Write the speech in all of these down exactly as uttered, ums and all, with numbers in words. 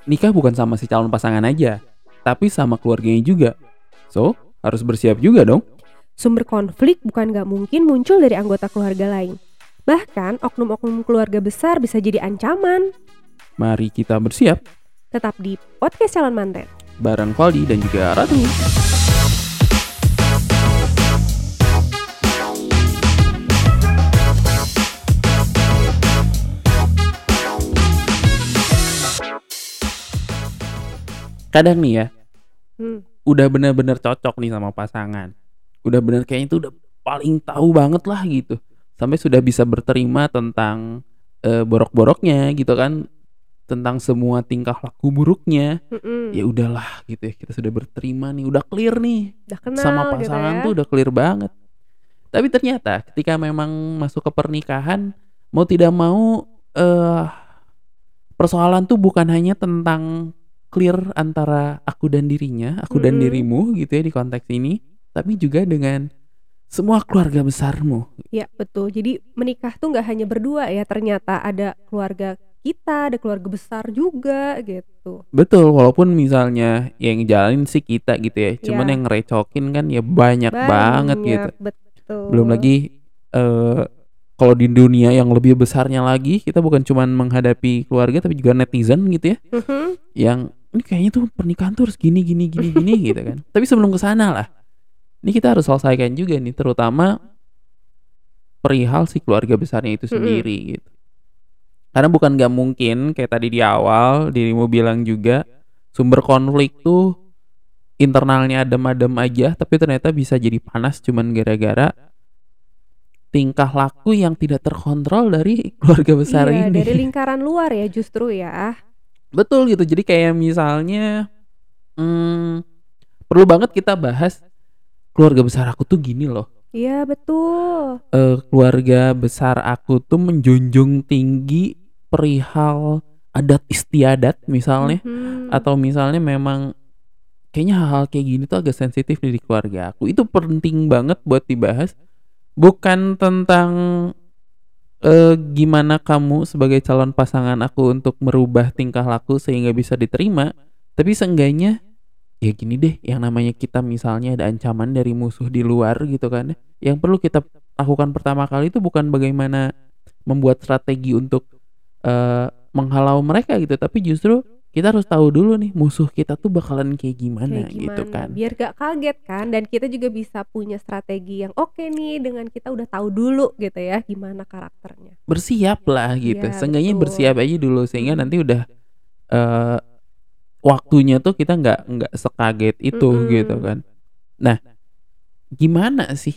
nikah bukan sama si calon pasangan aja, tapi sama keluarganya juga. So, harus bersiap juga dong. Sumber konflik bukan gak mungkin muncul dari anggota keluarga lain. Bahkan oknum-oknum keluarga besar bisa jadi ancaman. Mari kita bersiap. Tetap di Podcast Calon Manten Bareng Valdi dan juga Ratu. Kadang nih ya, hmm. udah bener-bener cocok nih sama pasangan. Udah bener kayaknya itu udah paling tahu banget lah gitu. Sampai sudah bisa berterima tentang uh, borok-boroknya gitu kan. Tentang semua tingkah laku buruknya. Mm-mm. Ya udahlah gitu ya, kita sudah berterima nih, udah clear nih. Udah kenal sama pasangan gitu ya. Tuh udah clear banget. Tapi ternyata ketika memang masuk ke pernikahan, mau tidak mau uh, persoalan tuh bukan hanya tentang clear antara aku dan dirinya, aku dan Mm-mm. dirimu gitu ya di konteks ini, tapi juga dengan semua keluarga besarmu. Ya betul, jadi menikah tuh gak hanya berdua ya, ternyata ada keluarga kita, ada keluarga besar juga gitu. Betul, walaupun misalnya yang jalanin sih kita gitu ya, cuman Ya. yang ngerecokin kan ya banyak, Banyak banget gitu. Betul. Belum lagi uh, kalau di dunia yang lebih besarnya lagi, kita bukan cuman menghadapi keluarga tapi juga netizen gitu ya. Mm-hmm. Yang ini kayaknya tuh pernikahan tuh harus gini gini gini gini gitu kan. Tapi sebelum kesana lah, ini kita harus selesaikan juga nih, terutama perihal si keluarga besarnya itu sendiri mm-hmm. gitu. Karena bukan gak mungkin kayak tadi di awal dirimu bilang juga, sumber konflik tuh internalnya adem-adem aja, tapi ternyata bisa jadi panas cuman gara-gara tingkah laku yang tidak terkontrol dari keluarga besar iya, ini. Dari lingkaran luar ya justru ya. Betul gitu. Jadi kayak misalnya hmm, perlu banget kita bahas keluarga besar aku tuh gini loh. Iya betul. Uh, keluarga besar aku tuh menjunjung tinggi perihal adat istiadat misalnya, mm-hmm. atau misalnya memang kayaknya hal-hal kayak gini tuh agak sensitif nih di keluarga aku. Itu penting banget buat dibahas. Bukan tentang uh, gimana kamu sebagai calon pasangan aku untuk merubah tingkah laku sehingga bisa diterima, tapi seenggaknya ya gini deh, yang namanya kita misalnya ada ancaman dari musuh di luar gitu kan, yang perlu kita lakukan pertama kali itu bukan bagaimana membuat strategi untuk uh, menghalau mereka gitu, tapi justru kita harus tahu dulu nih musuh kita tuh bakalan kayak gimana, kayak gimana gitu kan. Biar gak kaget kan, dan kita juga bisa punya strategi yang oke okay nih dengan kita udah tahu dulu gitu ya gimana karakternya. Bersiap lah gitu, ya, seenggaknya betul. bersiap aja dulu sehingga hmm. nanti udah uh, waktunya tuh kita nggak nggak sekaget itu mm-hmm. gitu kan. Nah, gimana sih?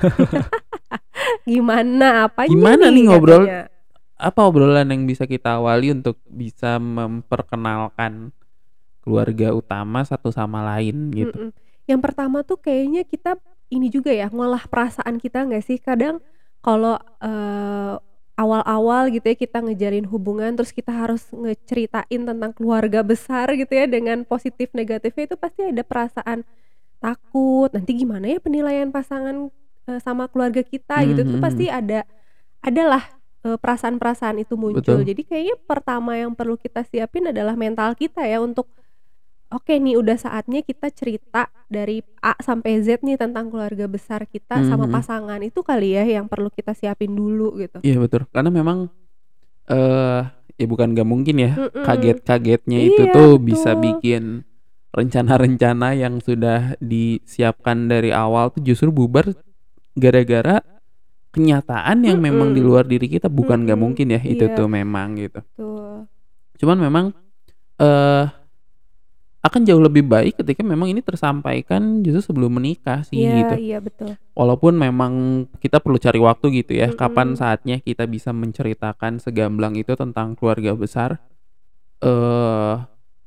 Gimana apanya? Gimana nih, nih ngobrol? Katanya? Apa obrolan yang bisa kita awali untuk bisa memperkenalkan keluarga utama satu sama lain gitu? Mm-mm. Yang pertama tuh kayaknya kita ini juga ya, ngolah perasaan kita nggak sih? Kadang kalau uh, awal-awal gitu ya kita ngejalin hubungan, terus kita harus ngeceritain tentang keluarga besar gitu ya, dengan positif negatifnya itu pasti ada perasaan takut, nanti gimana ya penilaian pasangan uh, sama keluarga kita gitu. Mm-hmm. Itu pasti ada adalah uh, perasaan-perasaan itu muncul. Betul. Jadi kayaknya pertama yang perlu kita siapin adalah mental kita ya, untuk oke nih udah saatnya kita cerita dari A sampai Z nih tentang keluarga besar kita mm-hmm. sama pasangan. Itu kali ya yang perlu kita siapin dulu gitu. Iya betul, karena memang uh, ya bukan gak mungkin ya, Mm-mm. kaget-kagetnya iya, itu tuh betul. bisa bikin rencana-rencana yang sudah disiapkan dari awal tuh justru bubar gara-gara kenyataan yang Mm-mm. memang di luar diri kita. Bukan Mm-mm. gak mungkin ya, itu iya. tuh memang gitu. Betul. Cuman memang uh, akan jauh lebih baik ketika memang ini tersampaikan justru sebelum menikah sih yeah, gitu. Iya betul. Walaupun memang kita perlu cari waktu gitu ya, Mm-mm. kapan saatnya kita bisa menceritakan segamblang itu tentang keluarga besar. Uh,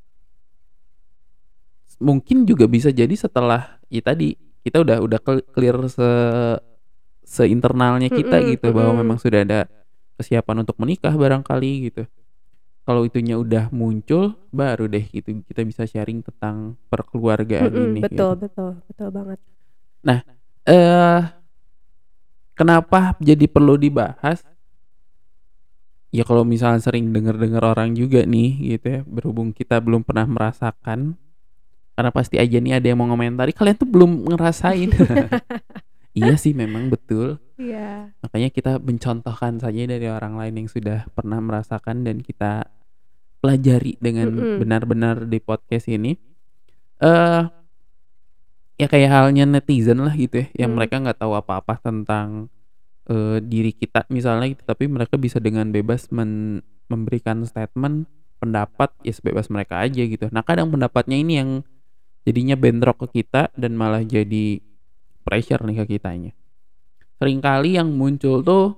mungkin juga bisa jadi setelah ya tadi kita udah udah clear se seinternalnya kita Mm-mm. gitu, Mm-mm. bahwa memang sudah ada kesiapan untuk menikah barangkali gitu. Kalau itunya udah muncul, baru deh gitu kita bisa sharing tentang perkeluargaan Mm-mm, ini. Betul, gitu. betul, betul banget. Nah, eh, kenapa jadi perlu dibahas? ya kalau misalnya sering dengar-dengar orang juga nih gitu ya, berhubung kita belum pernah merasakan, karena pasti aja nih ada yang mau ngomentari, "Kalian tuh belum ngerasain." Iya sih memang betul. Iya. Makanya kita mencontohkan saja dari orang lain yang sudah pernah merasakan dan kita pelajari dengan Mhm. benar-benar di podcast ini. Eee, ya kayak halnya netizen lah gitu ya, yang Mhm. mereka nggak tahu apa-apa tentang, eee, diri kita misalnya gitu, tapi mereka bisa dengan bebas men memberikan statement, pendapat, ya sebebas mereka aja gitu. Nah kadang pendapatnya ini yang jadinya bentrok ke kita dan malah jadi pressure nih ke kitanya. Seringkali yang muncul tuh,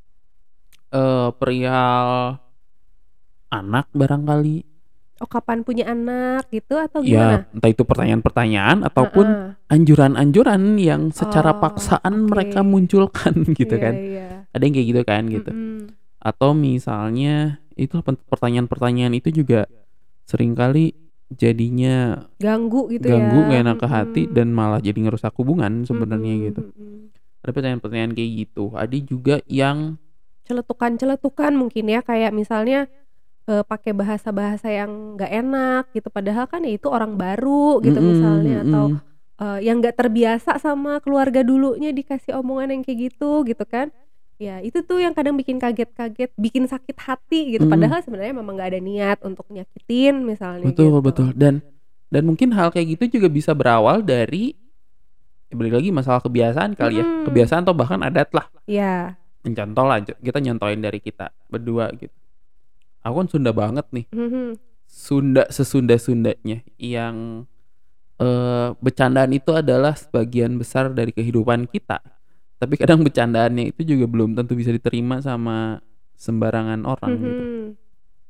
eee, perihal anak barangkali. Oh, kapan punya anak gitu atau Ya, gimana? entah itu pertanyaan-pertanyaan ataupun Heeh. anjuran-anjuran yang secara Oh, paksaan mereka oke. munculkan gitu Iya kan. iya. Ada yang kayak gitu kan gitu. Mhm. Atau misalnya itu pen pertanyaan-pertanyaan itu juga seringkali jadinya Ganggu gitu ganggu, ya? nggak enak ke hati Mhm. dan malah jadi ngerusak hubungan sebenarnya Mhm gitu. mhm. Ada pertanyaan-pertanyaan kayak gitu. Ada juga yang Celetukan-celetukan mungkin ya, kayak misalnya, eee, pakai bahasa-bahasa yang nggak enak gitu, padahal kan ya itu orang baru gitu mhm misalnya, atau, mhm. eee, yang nggak terbiasa sama keluarga dulunya dikasih omongan yang kayak gitu, gitu kan. Ya itu tuh yang kadang bikin kaget-kaget, bikin sakit hati gitu, Mhm, padahal sebenarnya memang nggak ada niat untuk nyakitin misalnya betul gitu. betul dan dan mungkin hal kayak gitu juga bisa berawal dari ya balik lagi masalah kebiasaan kali ya, Mhm, kebiasaan atau bahkan adat lah. iya. Contoh lah, co kita nyontohin dari kita berdua gitu. Aku kan Sunda banget nih, Mhm. Sunda sesunda-Sundanya yang, eee, bercandaan itu adalah sebagian besar dari kehidupan kita. Tapi kadang bercandaannya itu juga belum tentu bisa diterima sama sembarangan orang gitu. Mhm.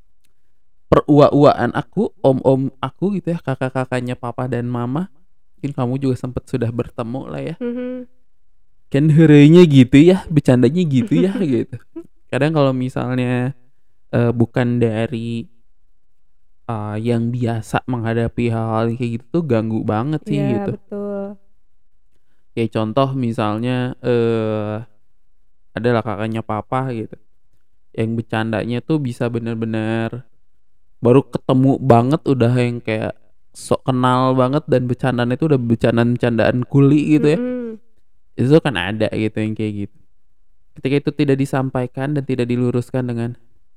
Perua-uaan aku, om-om aku gitu ya, kakak-kakaknya papa dan mama, mungkin kamu juga sempet sudah bertemu lah ya, Mhm. kan heureunya gitu ya, bercandanya gitu ya, gitu. Kadang kalau misalnya, eee, bukan dari, eee, yang biasa menghadapi hal-hal yang kayak gitu tuh ganggu banget sih Iya gitu. betul. Kayak contoh misalnya, eee, adalah kakaknya papa gitu, yang bercandanya tuh bisa bener-bener baru ketemu banget udah yang kayak sok kenal banget dan bercandanya itu udah bercandaan-bercandaan kuli gitu ya. Mhm. Itu kan ada gitu yang kayak gitu. Ketika itu tidak disampaikan dan tidak diluruskan dengan,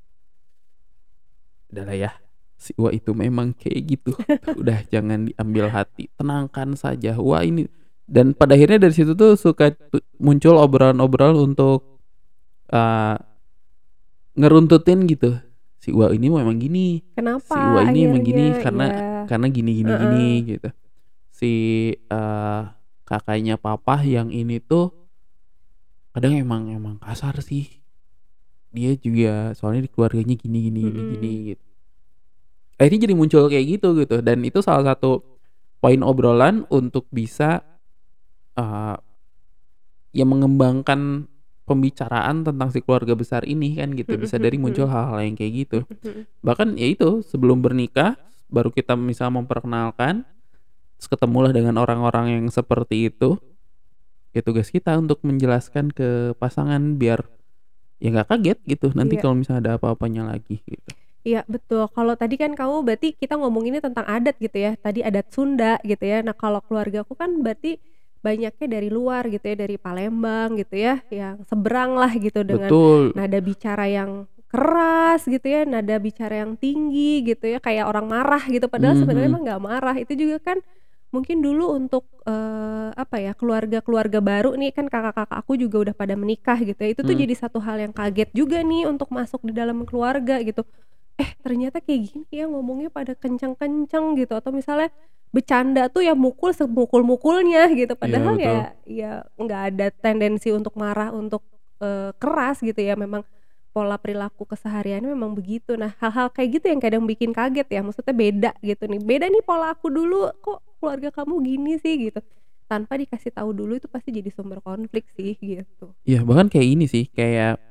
"Udahlah ya, si Wa itu memang kayak gitu. Udah jangan diambil hati, tenangkan saja." Wah ini dan pada akhirnya dari situ tuh suka tu muncul obrolan-obrolan untuk, eee, ngeruntutin gitu. Si Wa ini memang gini, si Wa Kenapa ini memang gini akhirnya? karena Iya. karena gini gini gini Heeh. gitu. Si, eee, kakaknya papa yang ini tuh kadang emang emang kasar sih. Dia juga soalnya di keluarganya gini gini gini gini Mhm. gitu. Akhirnya jadi muncul kayak gitu gitu dan itu salah satu poin obrolan untuk bisa, eee, ya mengembangkan pembicaraan tentang si keluarga besar ini kan gitu, Mhm bisa mhm dari muncul mhm. hal-hal yang kayak gitu. Mhm mhm. Bahkan ya itu sebelum bernikah baru kita misal memperkenalkan, terus ketemulah dengan orang-orang yang seperti itu, ya tugas kita untuk menjelaskan ke pasangan biar ya nggak kaget gitu nanti Iya. kalau misalnya ada apa-apanya lagi gitu. Iya betul, kalau tadi kan kamu berarti kita ngomonginnya tentang adat gitu ya, tadi adat Sunda gitu ya. Nah kalau keluargaku kan berarti banyaknya dari luar gitu ya, dari Palembang gitu ya, yang seberang lah gitu dengan Betul, nada bicara yang keras gitu ya, nada bicara yang tinggi gitu ya, kayak orang marah gitu, padahal mhm sebenarnya mhm, mah nggak marah. Itu juga kan mungkin dulu untuk, eee, apa ya, keluarga-keluarga baru nih, kan kakak-kakak aku juga udah pada menikah gitu ya, itu tuh mhm, jadi satu hal yang kaget juga nih untuk masuk di dalam keluarga gitu. Eh, ternyata kayak gini ya ngomongnya pada kenceng-kenceng gitu, atau misalnya bercanda tuh ya mukul semukul-mukulnya gitu, iya padahal betul. ya ya nggak ada tendensi untuk marah, untuk, eee, keras gitu ya, memang pola perilaku kesehariannya memang begitu. Nah, hal-hal kayak gitu yang kadang bikin kaget ya, maksudnya beda gitu nih, "Beda nih pola aku dulu, kok keluarga kamu gini sih?" Gitu. Tanpa dikasih tahu dulu itu pasti jadi sumber konflik sih, gitu. Iya bahkan kayak ini sih kayak,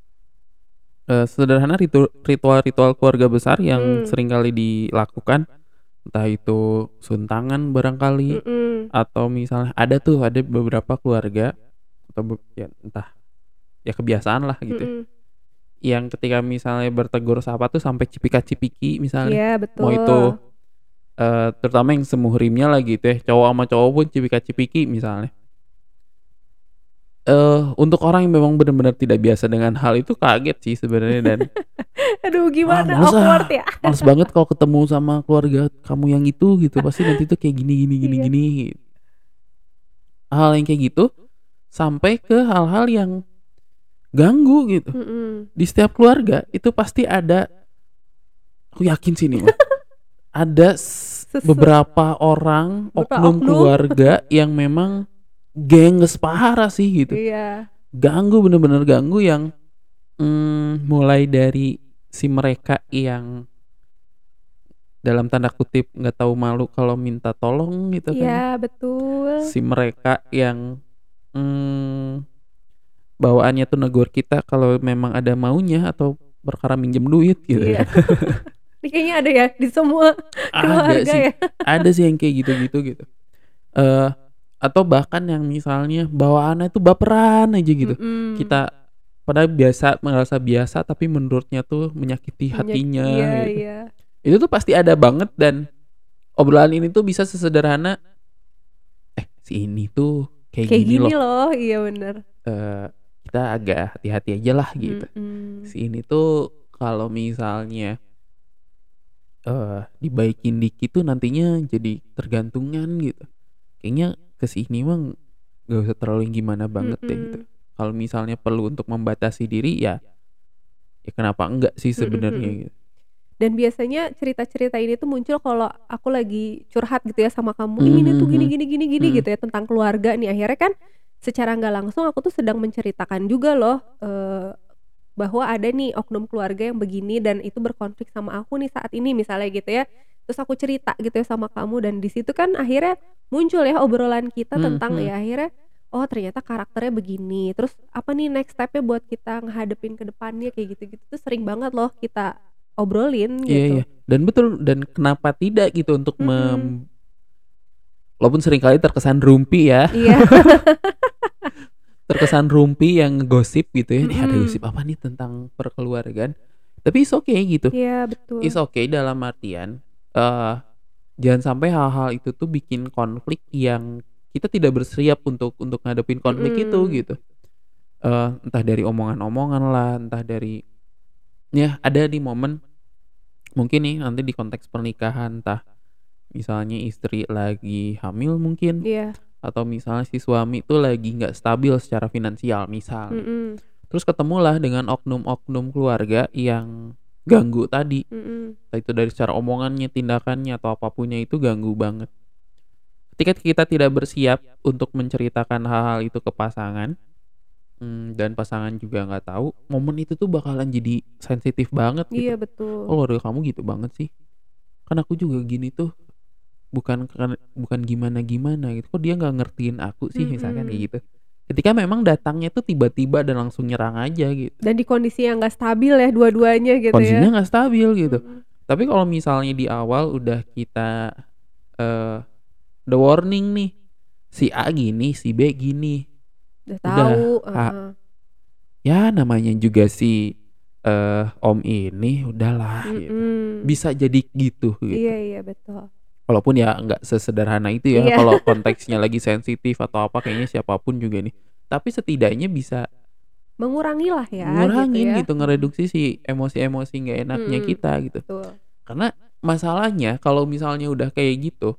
eee, sederhana ritu ritual-ritual keluarga besar yang Mhm, seringkali dilakukan, entah itu suntangan barangkali mhm, atau misalnya ada tuh ada beberapa keluarga atau be ya entah, ya kebiasaan lah gitu ya, mhm, yang ketika misalnya bertegur sapa tuh sampai cipika-cipiki misalnya. Iya, Mau itu, betul. eee, terutama yang semuhrimnya lah gitu ya, cowok sama cowok pun cipika-cipiki misalnya. Eee, untuk orang yang memang benar-benar tidak biasa dengan hal itu kaget sih sebenarnya dan, Aduh "Ah, gimana, males awkward ah, ya? males banget kalau ketemu sama keluarga kamu yang itu gitu, pasti nanti tuh kayak gini gini gini Iya. gini." Hal yang kayak gitu, sampai ke hal-hal yang ganggu gitu. Mhm. Di setiap keluarga itu pasti ada, aku yakin sih ini mah, ada s Sesu beberapa orang, Beberapa oknum oknum. keluarga yang memang gengges parah sih gitu. Iya. Ganggu, bener-bener ganggu yang, mmm, mulai dari si mereka yang dalam tanda kutip nggak tahu malu kalau minta tolong gitu kan ya. Iya, betul. Si mereka yang, mmm, bawaannya tuh negur kita kalau memang ada maunya atau perkara minjem duit gitu Iya. kan. Ini kayaknya ada ya di semua Ada keluarga sih, ya. ada sih yang kayak gitu-gitu gitu. Eee, atau bahkan yang misalnya bawaannya tuh baperan aja gitu. Mhm. Kita padahal biasa, merasa biasa tapi menurutnya tuh menyakiti Menyak hatinya iya gitu. iya. Itu tuh pasti ada banget dan obrolan ini tuh bisa sesederhana, "Eh, si ini tuh kayak Kayak gini gini loh, loh, iya bener. eee, kita agak hati-hati aja lah," gitu. Mhm. Si ini tuh kalau misalnya, eee, dibaikin dikit tuh nantinya jadi tergantungan gitu. Kayaknya ke si ini mah nggak usah terlalu yang gimana banget deh gitu. Mhm. Kalau misalnya perlu untuk membatasi diri ya, ya kenapa enggak sih Mhm sebenarnya mhm. gitu. Dan biasanya cerita-cerita ini tuh muncul kalau aku lagi curhat gitu ya sama kamu, Mhm "Ini tuh mhm gini mhm. gini gini gini," Mhm. gitu ya tentang keluarga nih. Akhirnya kan secara nggak langsung aku tuh sedang menceritakan juga loh, eee, bahwa ada nih oknum keluarga yang begini dan itu berkonflik sama aku nih saat ini misalnya gitu ya. Terus aku cerita gitu ya sama kamu dan di situ kan akhirnya muncul ya obrolan kita Mhm tentang mhm. ya akhirnya, oh ternyata karakternya begini, terus apa nih next step-nya buat kita ngehadepin ke depannya kayak gitu-gitu tuh sering banget loh kita obrolin Iya iya. gitu. Dan betul, dan kenapa tidak gitu untuk Mhm. mem walaupun seringkali terkesan rumpi ya, Iya. terkesan rumpi yang ngegosip gitu ya, "Eh, ada Mhm. gosip apa nih tentang perkeluargaan?" Tapi it's okay gitu. Iya betul. It's okay dalam artian, eee, jangan sampai hal-hal itu tuh bikin konflik yang kita tidak bersiap untuk untuk ngadepin konflik itu Mhm. gitu. Eee, entah dari omongan-omongan lah, entah dari ya ada di momen mungkin nih nanti di konteks pernikahan, entah misalnya istri lagi hamil mungkin, Iya. atau misalnya si suami tuh lagi nggak stabil secara finansial misal nih. Mhm. Terus ketemulah dengan oknum-oknum keluarga yang ganggu tadi, Mhm. entah itu dari secara omongannya, tindakannya, atau apapunnya itu ganggu banget. Ketika kita tidak bersiap untuk menceritakan hal-hal itu ke pasangan, mmm, dan pasangan juga nggak tahu, momen itu tuh bakalan jadi sensitif banget gitu. Iya "Oh, betul. keluarga kamu gitu banget sih? Kan aku juga gini tuh, bukan kan bukan gimana-gimana gitu, kok dia nggak ngertiin aku sih?" Misalkan kayak Mhm. gitu. Ketika memang datangnya tuh tiba-tiba dan langsung nyerang aja gitu. Dan di kondisi yang nggak stabil ya dua-duanya gitu ya. Kondisinya nggak stabil gitu. Mhm. Tapi kalau misalnya di awal udah kita, eee, udah warning nih, si A gini, si B gini, Udah tahu, udah ha heeh. ya namanya juga si, eee, om ini udahlah gitu. Mhm. Bisa jadi gitu gitu. Iya iya betul. Walaupun ya nggak sesederhana itu ya Iya. kalau konteksnya lagi sensitif atau apa kayaknya siapapun juga nih. Tapi setidaknya bisa Mengurangilah ya gitu ngurangin ya. gitu, Mhm. ngereduksi si emosi-emosi nggak enaknya Mhm. kita gitu. Betul. Karena masalahnya kalau misalnya udah kayak gitu,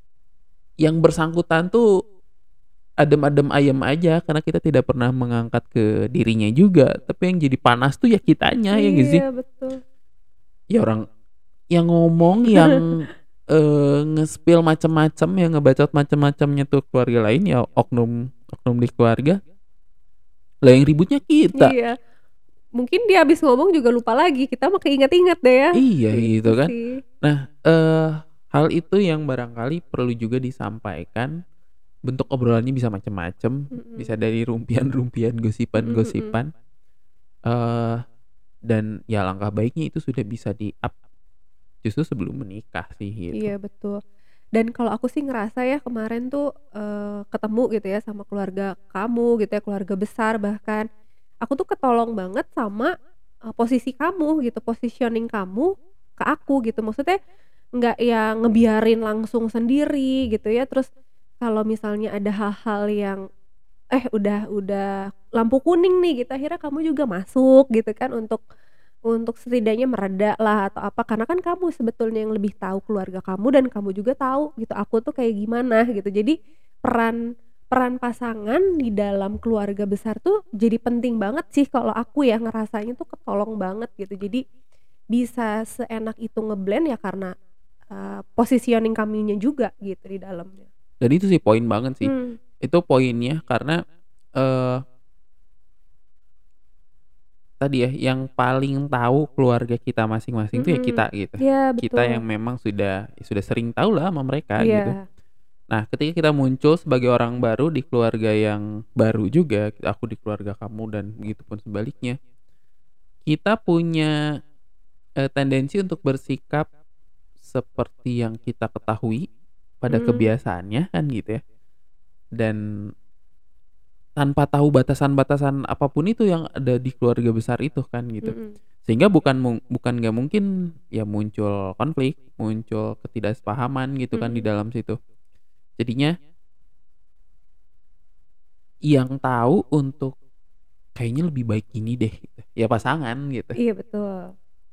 yang bersangkutan tuh adem-adem ayem aja karena kita tidak pernah mengangkat ke dirinya juga, tapi yang jadi panas tuh ya kitanya, ya nggak sih? Iya betul. Ya orang yang ngomong, yang, eee, nge-spill macem-macem, yang ngebacot macem-macemnya tuh keluarga lain, ya oknum oknum di keluarga. Lah yang ributnya kita. Iya. Mungkin dia habis ngomong juga lupa lagi, kita mah keinget-inget deh ya. Iya Gitu gitu kan. sih. Nah, eee, hal itu yang barangkali perlu juga disampaikan, bentuk obrolannya bisa macem-macem, Mhm. bisa dari rumpian-rumpian, Mhm mhm. gosipan-gosipan, eee, dan ya langkah baiknya itu sudah bisa di-up justru sebelum menikah sih gitu. Iya betul. Dan kalau aku sih ngerasa ya kemarin tuh, eee, ketemu gitu ya sama keluarga kamu gitu ya, keluarga besar bahkan. Aku tuh ketolong banget sama eee, posisi kamu gitu, positioning kamu ke aku gitu. Maksudnya nggak yang ngebiarin langsung sendiri gitu ya, terus kalau misalnya ada hal-hal yang, eh, udah udah lampu kuning nih gitu, akhirnya kamu juga masuk gitu kan untuk untuk setidaknya mereda lah atau apa, karena kan kamu sebetulnya yang lebih tahu keluarga kamu dan kamu juga tahu gitu aku tuh kayak gimana gitu. Jadi peran peran pasangan di dalam keluarga besar tuh jadi penting banget sih kalau aku ya ngerasanya tuh ketolong banget gitu. Jadi bisa seenak itu nge-blend ya karena, eee, positioning kaminya juga gitu di dalamnya. Dan itu sih poin banget sih. Mmm, Itu poinnya karena, eee, tadi ya yang paling tahu keluarga kita masing-masing tuh ya mhm. kita gitu. Iya Kita betul. yang memang sudah ya sudah sering tahu lah sama mereka gitu. Iya. Nah, ketika kita muncul sebagai orang baru di keluarga yang baru juga, aku di keluarga kamu dan begitupun sebaliknya, kita punya, eee, tendensi untuk bersikap seperti yang kita ketahui pada Mhm, kebiasaannya kan gitu ya, dan tanpa tahu batasan-batasan apapun itu yang ada di keluarga besar itu kan gitu. mhm, Sehingga bukan mung bukan nggak mungkin ya muncul konflik, muncul ketidaksepahaman gitu kan di mhm. dalam situ. Jadinya yang tahu untuk kayaknya lebih baik gini deh gitu, ya pasangan gitu, Iya betul.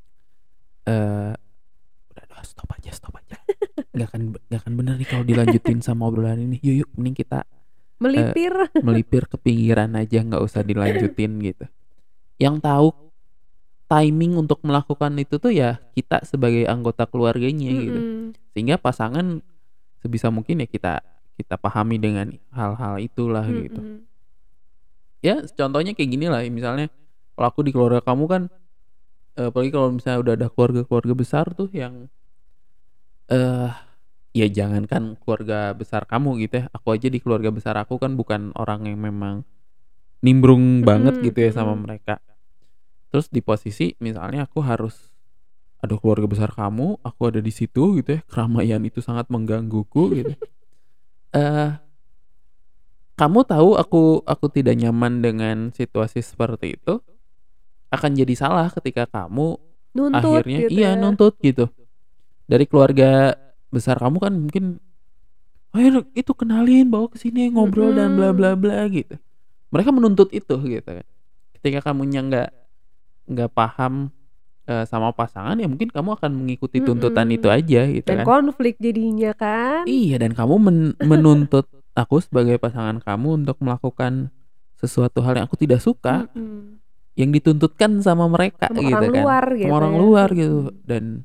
eee, "Udah udah stop aja stop aja, nggak akan nggak akan bener nih kalau dilanjutin sama obrolan ini, yuk yuk mending kita, eee, Melipir. melipir ke pinggiran aja nggak usah dilanjutin," gitu. Yang tahu timing untuk melakukan itu tuh ya kita sebagai anggota keluarganya gitu. Mhm, Sehingga pasangan sebisa mungkin ya kita kita pahami dengan hal-hal itulah gitu. mhm, Ya contohnya kayak gini lah misalnya kalau aku di keluarga kamu kan, eee, apalagi kalau misalnya udah ada keluarga-keluarga besar tuh yang, eee, ya jangankan keluarga besar kamu gitu ya, aku aja di keluarga besar aku kan bukan orang yang memang nimbrung banget mhm, gitu ya sama mhm. mereka. Terus di posisi misalnya aku harus ada keluarga besar kamu, aku ada di situ gitu ya, keramaian itu sangat menggangguku gitu. Eee, kamu tahu aku aku tidak nyaman dengan situasi seperti itu, akan jadi salah ketika kamu Nuntut akhirnya gitu iya ya. nuntut gitu. Dari keluarga besar kamu kan mungkin, "Ayo itu kenalin, bawa ke sini, ngobrol dan bla bla Mhm, bla," gitu. Mereka menuntut itu gitu kan. Ketika kamunya nggak nggak paham, eee, sama pasangan ya mungkin kamu akan mengikuti tuntutan itu mhm. aja gitu Dan kan. konflik jadinya kan. Iya dan kamu men menuntut aku sebagai pasangan kamu untuk melakukan sesuatu hal yang aku tidak suka, Mhm. yang dituntutkan sama mereka Sama gitu orang kan, luar sama gitu orang ya. luar gitu. Mhm. Dan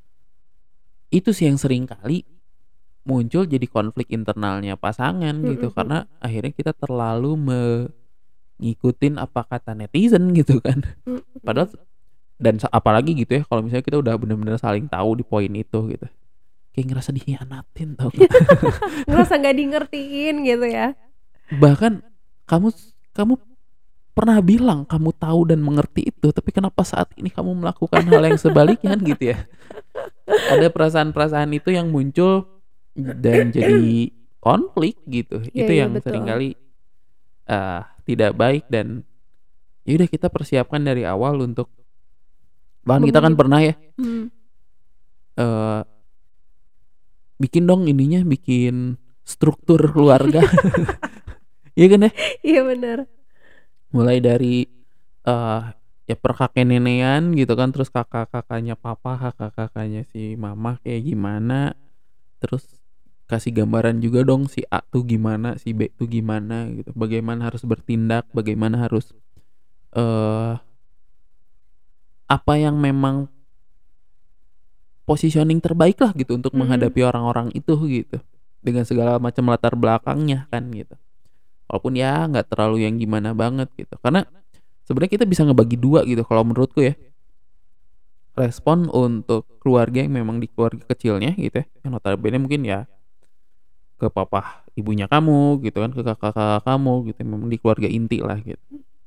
itu sih yang sering kali muncul jadi konflik internalnya pasangan Mhm, gitu, mhm. karena akhirnya kita terlalu ngikutin apa kata netizen gitu kan. Padahal Mhm. dan sa apalagi gitu ya kalau misalnya kita udah bener-bener saling tahu di poin itu gitu, kayak ngerasa dikhianatin tau nggak? Ngerasa nggak di ngertiin gitu ya. Bahkan kamu s kamu pernah bilang kamu tahu dan mengerti itu, tapi kenapa saat ini kamu melakukan hal yang sebaliknya kan gitu ya. Ada perasaan-perasaan itu yang muncul dan jadi konflik gitu. Iya Itu iya yang betul. seringkali, eee, tidak baik dan ya udah kita persiapkan dari awal untuk bahkan kita kan Meminim pernah ya, mhm. eee, bikin dong ininya, bikin struktur keluarga, iya kan ya? Iya bener. Mulai dari, eee, ya perkakek-nenekan gitu kan, terus kakak-kakaknya papa, kakak-kakaknya si mama kayak gimana, terus kasih gambaran juga dong si A tuh gimana, si B tuh gimana gitu, bagaimana harus bertindak, bagaimana harus, eee, apa yang memang positioning terbaik lah gitu untuk Mhm. menghadapi orang-orang itu gitu, dengan segala macam latar belakangnya kan gitu. Walaupun ya nggak terlalu yang gimana banget gitu, karena sebenarnya kita bisa ngebagi dua gitu kalau menurutku ya. Respon untuk keluarga yang memang di keluarga kecilnya gitu ya, yang notabene mungkin ya ke papa ibunya kamu gitu kan, ke kakak-kakak kamu gitu, yang memang di keluarga inti lah gitu.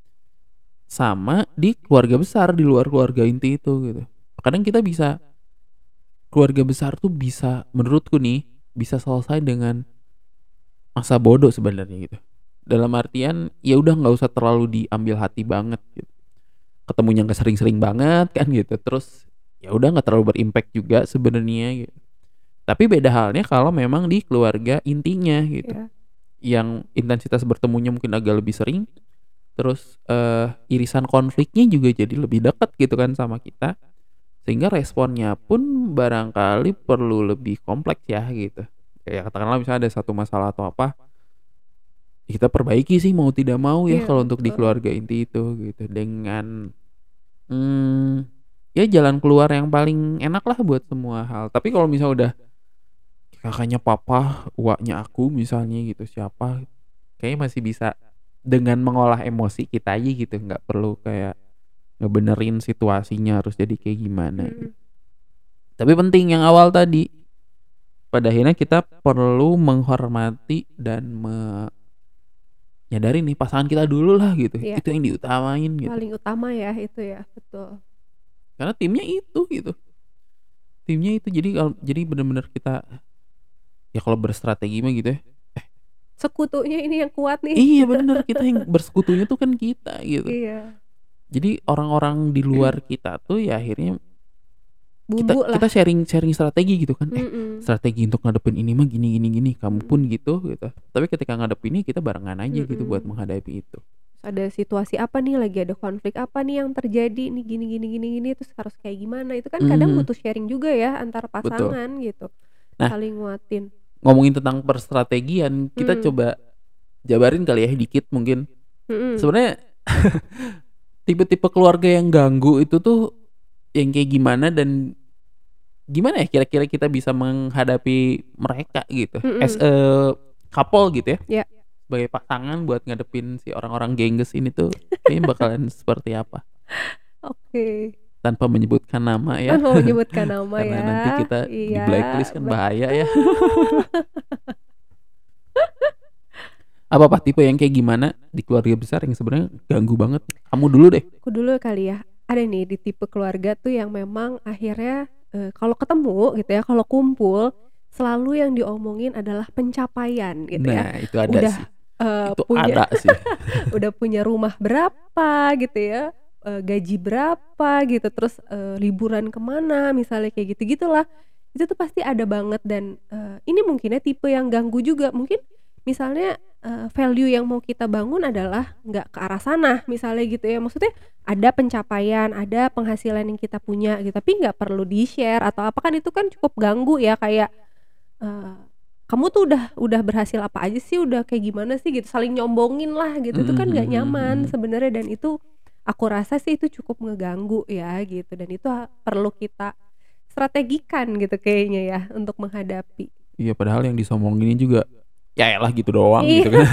Sama di keluarga besar, di luar keluarga inti itu gitu. Kadang kita bisa keluarga besar tuh bisa menurutku nih, bisa selesai dengan masa bodoh sebenarnya gitu. Dalam artian, ya udah nggak usah terlalu diambil hati banget gitu. ketemunya nggak sering-sering banget kan gitu. Terus ya udah nggak terlalu berimpact juga sebenarnya gitu. Tapi beda halnya kalau memang di keluarga intinya gitu. Iya. Yang intensitas bertemunya mungkin agak lebih sering. Terus eh, irisan konfliknya juga jadi lebih dekat gitu kan sama kita. Sehingga responnya pun barangkali perlu lebih kompleks ya gitu. Kayak katakanlah misalnya ada satu masalah atau apa, kita perbaiki sih mau tidak mau ya Iya, kalau untuk di betul. keluarga inti itu gitu. Dengan hmm, ya jalan keluar yang paling enak lah buat semua hal. Tapi kalau misalnya udah kakaknya papa, uaknya aku misalnya gitu siapa, kayaknya masih bisa dengan mengolah emosi kita aja gitu, nggak perlu kayak ngebenerin situasinya harus jadi kayak gimana gitu. Mm-mm. Tapi penting yang awal tadi, pada akhirnya kita perlu menghormati dan menyadari nih pasangan kita dulu lah gitu, Iya, itu yang diutamain gitu. paling utama ya itu ya, betul. Karena timnya itu gitu, timnya itu jadi kalau jadi benar-benar kita ya kalau berstrategi mah gitu ya. Sekutunya ini yang kuat nih. Iya bener, kita yang bersekutunya tuh kan kita gitu. Iya, Jadi orang-orang di luar kita tuh ya akhirnya kita bumbu lah. kita sharing sharing strategi gitu kan. Eh, Mm-mm. strategi untuk ngadepin ini mah gini gini gini. Kamu Mm. pun gitu gitu. Tapi ketika ngadepin ini kita barengan aja gitu buat Mm-mm. menghadapi itu. Ada situasi apa nih, lagi ada konflik apa nih yang terjadi nih, gini gini gini gini, terus harus kayak gimana, itu kan kadang Mhm, butuh sharing juga ya antar betul. pasangan gitu, Nah, saling nguatin. ngomongin tentang perstrategian, kita Hmm. coba jabarin kali ya dikit mungkin. Mm-mm. Sebenarnya tipe-tipe keluarga yang ganggu itu tuh yang kayak gimana dan gimana ya kira-kira kita bisa menghadapi mereka gitu as Mm-mm. a couple gitu ya, Ya, sebagai pasangan buat ngadepin si orang-orang gengges ini tuh kayaknya bakalan seperti apa oke. tanpa menyebutkan nama ya Kan mau menyebutkan nama karena ya. nanti kita di Iya, blacklist kan bahaya ya. betul. Apa apa tipe yang kayak gimana di keluarga besar yang sebenarnya ganggu banget, kamu dulu deh. Aku dulu kali ya. Ada nih di tipe keluarga tuh yang memang akhirnya eh, kalau ketemu gitu ya, kalau kumpul selalu yang diomongin adalah pencapaian gitu ya. Nah itu ada Udah sih, eh, itu punya ada sih. udah punya rumah berapa gitu ya, eh, gaji berapa gitu, terus eh, liburan kemana misalnya, kayak gitu gitulah. Itu tuh pasti ada banget. Dan eh, ini mungkinnya tipe yang ganggu juga. Mungkin misalnya eh, value yang mau kita bangun adalah nggak ke arah sana misalnya gitu ya. Maksudnya ada pencapaian, ada penghasilan yang kita punya gitu, tapi nggak perlu di share atau apa, kan itu kan cukup ganggu ya. Kayak eh, kamu tuh udah udah berhasil apa aja sih, udah kayak gimana sih gitu, saling nyombongin lah gitu. Itu kan nggak nyaman sebenarnya, dan itu aku rasa sih itu cukup ngeganggu ya gitu. Dan itu ha- perlu kita strategikan gitu kayaknya ya untuk menghadapi. Iya padahal yang disomongin juga ya elah gitu doang Iya, gitu kan.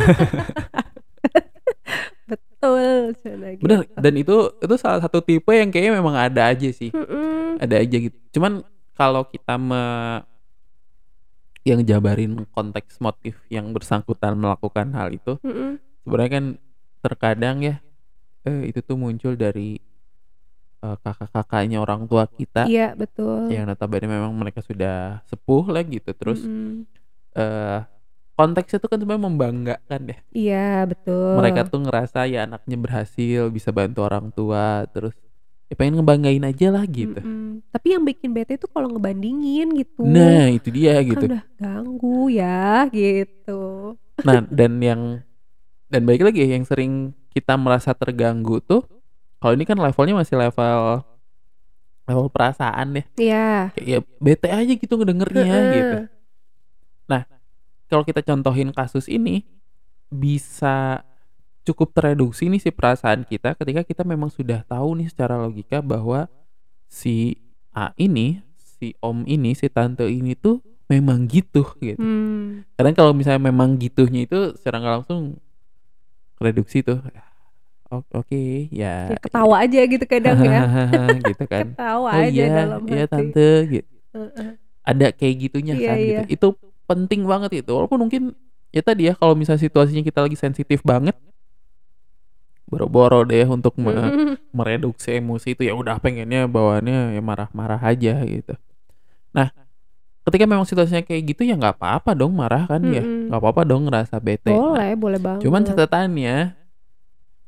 betul, cina Bener, gitu. dan itu itu salah satu tipe yang kayaknya memang ada aja sih, Mm-mm. ada aja gitu. Cuman kalau kita me yang jabarin konteks motif yang bersangkutan melakukan hal itu, Mm-mm. sebenarnya kan terkadang ya eh, itu tuh muncul dari eh, kakak-kakaknya orang tua kita Iya, betul. yang notabene memang mereka sudah sepuh lah gitu. Terus Mm-mm. eh, konteksnya tuh kan sebenarnya membanggakan ya. Iya, betul. Mereka tuh ngerasa ya anaknya berhasil bisa bantu orang tua, terus ya pengen ngebanggain aja lah gitu. Mm-mm. Tapi yang bikin bete itu kalau ngebandingin gitu, Nah itu dia kan gitu. udah ganggu ya gitu. Nah dan yang dan balik lagi yang sering kita merasa terganggu tuh, kalau ini kan levelnya masih level level perasaan ya, Iya. kayak ya bete aja gitu ngedengernya gitu. Heeh. Nah kalau kita contohin kasus ini, bisa cukup tereduksi nih si perasaan kita ketika kita memang sudah tahu nih secara logika bahwa si A ini, si om ini, si tante ini tuh memang gitu gitu. Hmm. Kadang kalau misalnya memang gitunya itu secara nggak langsung reduksi tuh. O- Oke ya, Ya ketawa aja gitu kadang ya. gitu kan. Ketawa Oh aja iya, dalam iya hati. tante gitu. Heeh. Ada kayak gitunya Iya, kan gitu. iya. Itu penting banget itu. Walaupun mungkin ya tadi ya kalau misalnya situasinya kita lagi sensitif banget, boro-boro deh untuk me- Mm-mm. mereduksi emosi itu, ya udah pengennya bawaannya ya marah-marah aja gitu. Nah, ketika memang situasinya kayak gitu ya nggak apa-apa dong marah kan ya, Mm-mm. nggak apa-apa dong ngerasa bete. Nah, Boleh, boleh banget. cuman catatannya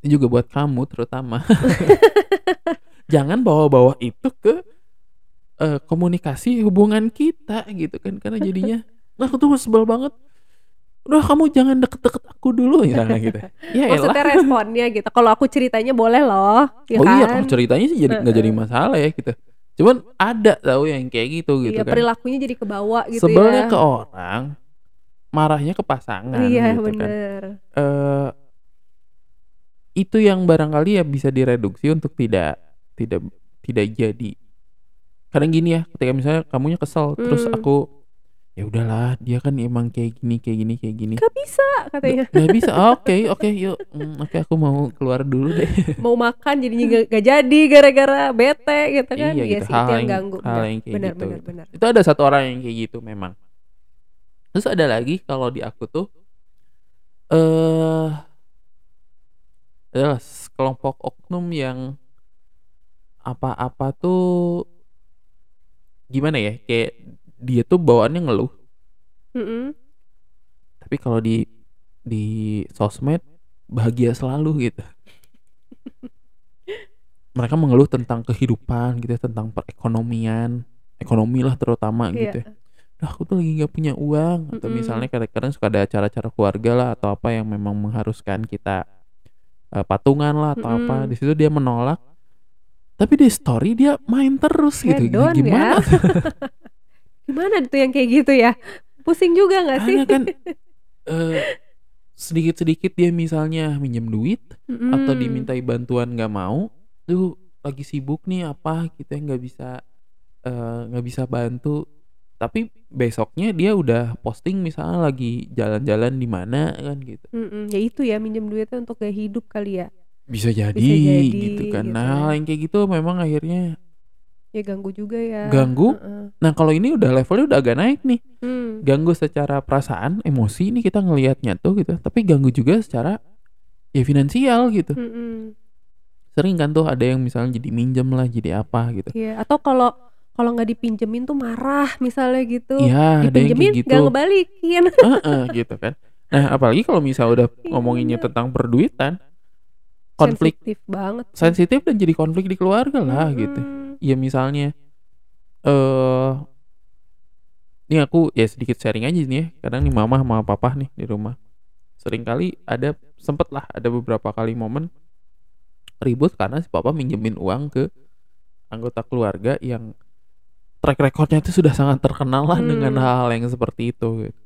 Ini juga buat kamu terutama. Jangan bawa-bawa itu ke eh, komunikasi hubungan kita gitu kan, karena jadinya nah aku tuh sebel banget. Udah kamu jangan deket-deket aku dulu misalnya gitu. Ya elah. Maksudnya responnya gitu. Kalau aku ceritanya boleh loh, ya Oh iya, kalau kan? ceritanya sih jadi nggak jadi Heeh. masalah ya gitu. Cuman ada tahu yang kayak gitu gitu Iya, kan. perilakunya jadi kebawa gitu Sebelnya ke ya. orang, marahnya ke pasangan Iya, gitu kan. bener. Eh itu yang barangkali ya bisa direduksi untuk tidak tidak tidak jadi. Kadang gini ya, ketika misalnya kamunya kesel terus Hmm. aku ya udahlah dia kan emang kayak gini kayak gini kayak gini. Gak bisa Nggak katanya. nggak bisa. Oke oke yuk. Hmm, oke aku mau keluar dulu deh. Mau makan jadinya gak, gak jadi gara-gara bete gitu kan. Iya Iya gitu. sih, itu Hal yang yang ganggu. hal Bener, yang kayak bener, gitu bener, gitu. bener. Itu ada satu orang yang kayak gitu memang. Terus ada lagi kalau di aku tuh eh adalah kelompok oknum yang apa-apa tuh gimana ya? Kayak dia tuh bawaannya ngeluh, Mm-mm. tapi kalau di di sosmed bahagia selalu gitu. Mereka mengeluh tentang kehidupan gitu ya, tentang perekonomian, ekonomi lah terutama Iya. gitu ya. Nah, aku tuh lagi nggak punya uang atau Mm-mm. misalnya kadang-kadang suka ada acara-acara keluarga lah atau apa yang memang mengharuskan kita eh, patungan lah atau apa. Di Mm-mm. situ dia menolak, tapi di story dia main terus gitu. Hedon ya. Gimana tuh? Gimana tuh yang kayak gitu ya? Pusing juga gak sih? Karena kan eh, sedikit-sedikit dia misalnya minjem duit atau Mm-mm. dimintai bantuan nggak mau, tuh lagi sibuk nih apa kita nggak bisa eh, nggak bisa bantu. Tapi besoknya dia udah posting misalnya lagi jalan-jalan di mana kan gitu. Mm-mm. Ya itu ya, minjem duitnya untuk gaya hidup kali ya. Bisa jadi Bisa jadi gitu kan. gitu Nah, ya. hal yang kayak gitu memang akhirnya Ya ganggu juga ya. ganggu. Heeh. Nah, kalau ini udah levelnya udah agak naik nih. Hmm. Ganggu secara perasaan, emosi nih kita ngelihatnya tuh gitu. Tapi ganggu juga secara ya finansial gitu. Mm-mm. Sering kan tuh ada yang misalnya jadi minjem lah, jadi apa gitu. Iya, atau kalau kalau nggak dipinjemin tuh marah misalnya gitu. Iya, ada yang kayak Dipinjemin nggak gitu. ngebalikin. Heeh, gitu kan. Nah, apalagi kalau misalnya udah Iya, ngomonginnya bener. tentang perduitan, konflik Sensitif banget sih. sensitif dan jadi konflik di keluarga lah gitu. Mm-mm. Ya misalnya eh ini aku ya sedikit sharing aja nih ya. Kadang nih mama sama papa nih di rumah. Sering kali ada sempet lah ada beberapa kali momen ribut karena si papa minjemin uang ke anggota keluarga yang track recordnya itu sudah sangat terkenal lah dengan Hmm. hal-hal yang seperti itu gitu.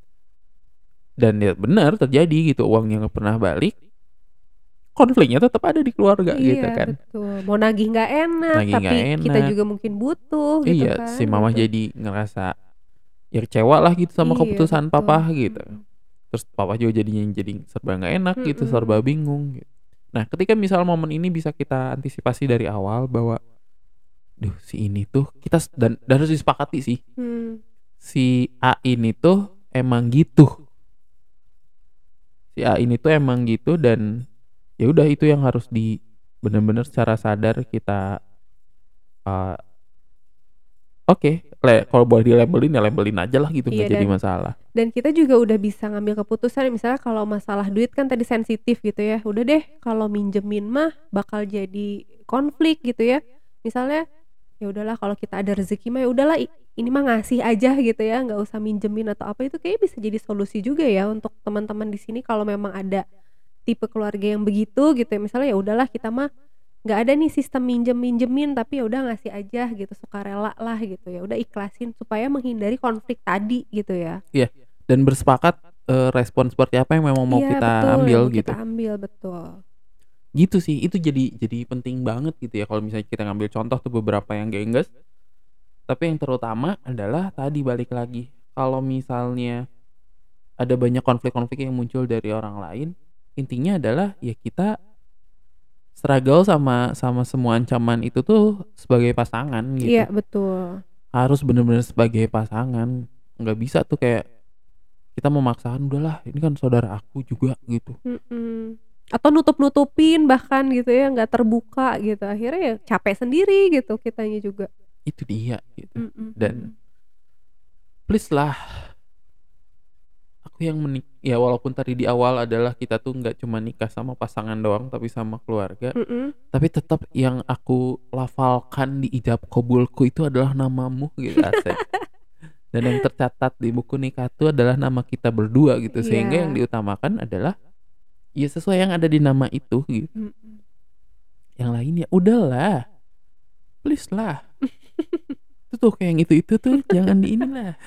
Dan ya benar terjadi gitu, uangnya nggak pernah balik, konfliknya tetap ada di keluarga gitu Iya, kan. betul. Mau nagih nggak enak, Nagih nggak tapi kita enak. juga mungkin butuh gitu Iya, kan, si mama gitu. jadi ngerasa ya kecewa lah gitu sama Iya, keputusan betul. papa gitu. Mm-mm. Terus papa juga jadinya jadi serba nggak enak gitu, Mm-mm. serba bingung gitu. Nah, ketika misal momen ini bisa kita antisipasi dari awal bahwa duh si ini tuh kita s- dan, dan harus disepakati sih Hmm. si A ini tuh emang gitu. Si A ini tuh emang gitu dan ya udah itu yang harus di benar-benar secara sadar kita uh, oke, le- kalau boleh dilabelin ya labelin aja lah gitu, nggak Iya, jadi dan masalah. dan kita juga udah bisa ngambil keputusan misalnya kalau masalah duit kan tadi sensitif gitu ya. Udah deh, kalau minjemin mah bakal jadi konflik gitu ya. Misalnya ya udahlah, kalau kita ada rezeki mah ya udahlah, i- ini mah ngasih aja gitu ya, nggak usah minjemin atau apa. Itu kayak bisa jadi solusi juga ya untuk teman-teman di sini kalau memang ada tipe keluarga yang begitu gitu ya. Misalnya ya udahlah, kita mah nggak ada nih sistem minjem minjemin, tapi ya udah ngasih aja gitu, sukarela lah gitu ya, udah ikhlasin supaya menghindari konflik tadi gitu ya. Iya, dan bersepakat eh, respon seperti apa yang memang mau Iya, kita betul, yang ambil mau kita gitu. ambil, betul. Gitu sih, itu jadi jadi penting banget gitu ya kalau misalnya kita ngambil contoh tuh beberapa yang gengges. Tapi yang terutama adalah tadi balik lagi, kalau misalnya ada banyak konflik-konflik yang muncul dari orang lain, intinya adalah ya kita struggle sama sama semua ancaman itu tuh sebagai pasangan Iya, gitu. betul. Harus bener-bener sebagai pasangan. Nggak bisa tuh kayak kita memaksakan udahlah ini kan saudara aku juga gitu. Mm-mm. Atau nutup-nutupin bahkan gitu ya, nggak terbuka gitu, akhirnya ya capek sendiri gitu kitanya juga. Itu dia gitu. Mm-mm. Dan please lah, aku aku yang menik ya walaupun tadi di awal adalah kita tuh nggak cuma nikah sama pasangan doang tapi sama keluarga, Mm-mm. tapi tetap yang aku lafalkan di ijab kabulku itu adalah namamu gitu asik. Dan yang tercatat di buku nikah itu adalah nama kita berdua gitu, sehingga yang Iya. diutamakan adalah ya sesuai yang ada di nama itu gitu. Mm-mm. Yang lain ya udahlah, please lah. Itu tuh kayak yang itu-itu tuh jangan di inilah.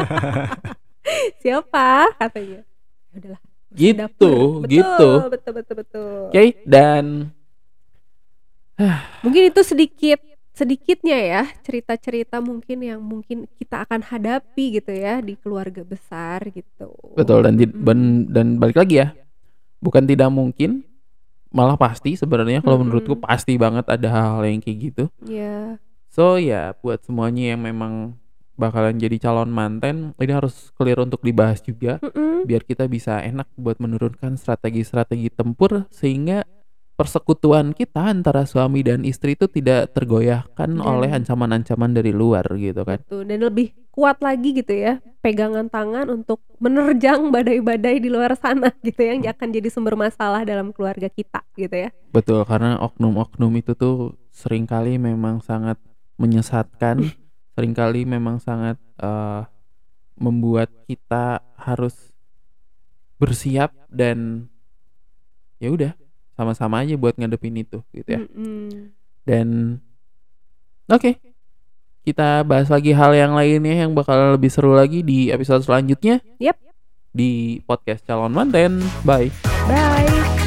Siapa katanya? Ya udahlah. Gitu, Dapur. Betul, gitu. betul, betul, betul. Oke, dan Mungkin itu sedikit sedikitnya ya cerita-cerita mungkin yang mungkin kita akan hadapi gitu ya di keluarga besar gitu. betul dan di- Mm-mm. ban- dan balik lagi ya, bukan tidak mungkin, malah pasti sebenarnya kalau Mm-mm. menurutku pasti banget ada hal-hal yang kayak gitu. Ya, So ya buat semuanya yang memang bakalan jadi calon manten, ini harus clear untuk dibahas juga mm-mm. biar kita bisa enak buat menurunkan strategi-strategi tempur sehingga persekutuan kita antara suami dan istri itu tidak tergoyahkan Dan- oleh ancaman-ancaman dari luar gitu kan. Betul. Dan lebih kuat lagi gitu ya pegangan tangan untuk menerjang badai-badai di luar sana gitu yang akan jadi sumber masalah dalam keluarga kita gitu ya. Betul, karena oknum-oknum itu tuh seringkali memang sangat menyesatkan, seringkali memang sangat eh, membuat kita harus bersiap dan ya udah sama-sama aja buat ngadepin itu gitu ya. Mm-mm. Dan oke, kita bahas lagi hal yang lainnya yang bakal lebih seru lagi di episode selanjutnya. Yep. Di podcast Calon Manten. Bye. Bye.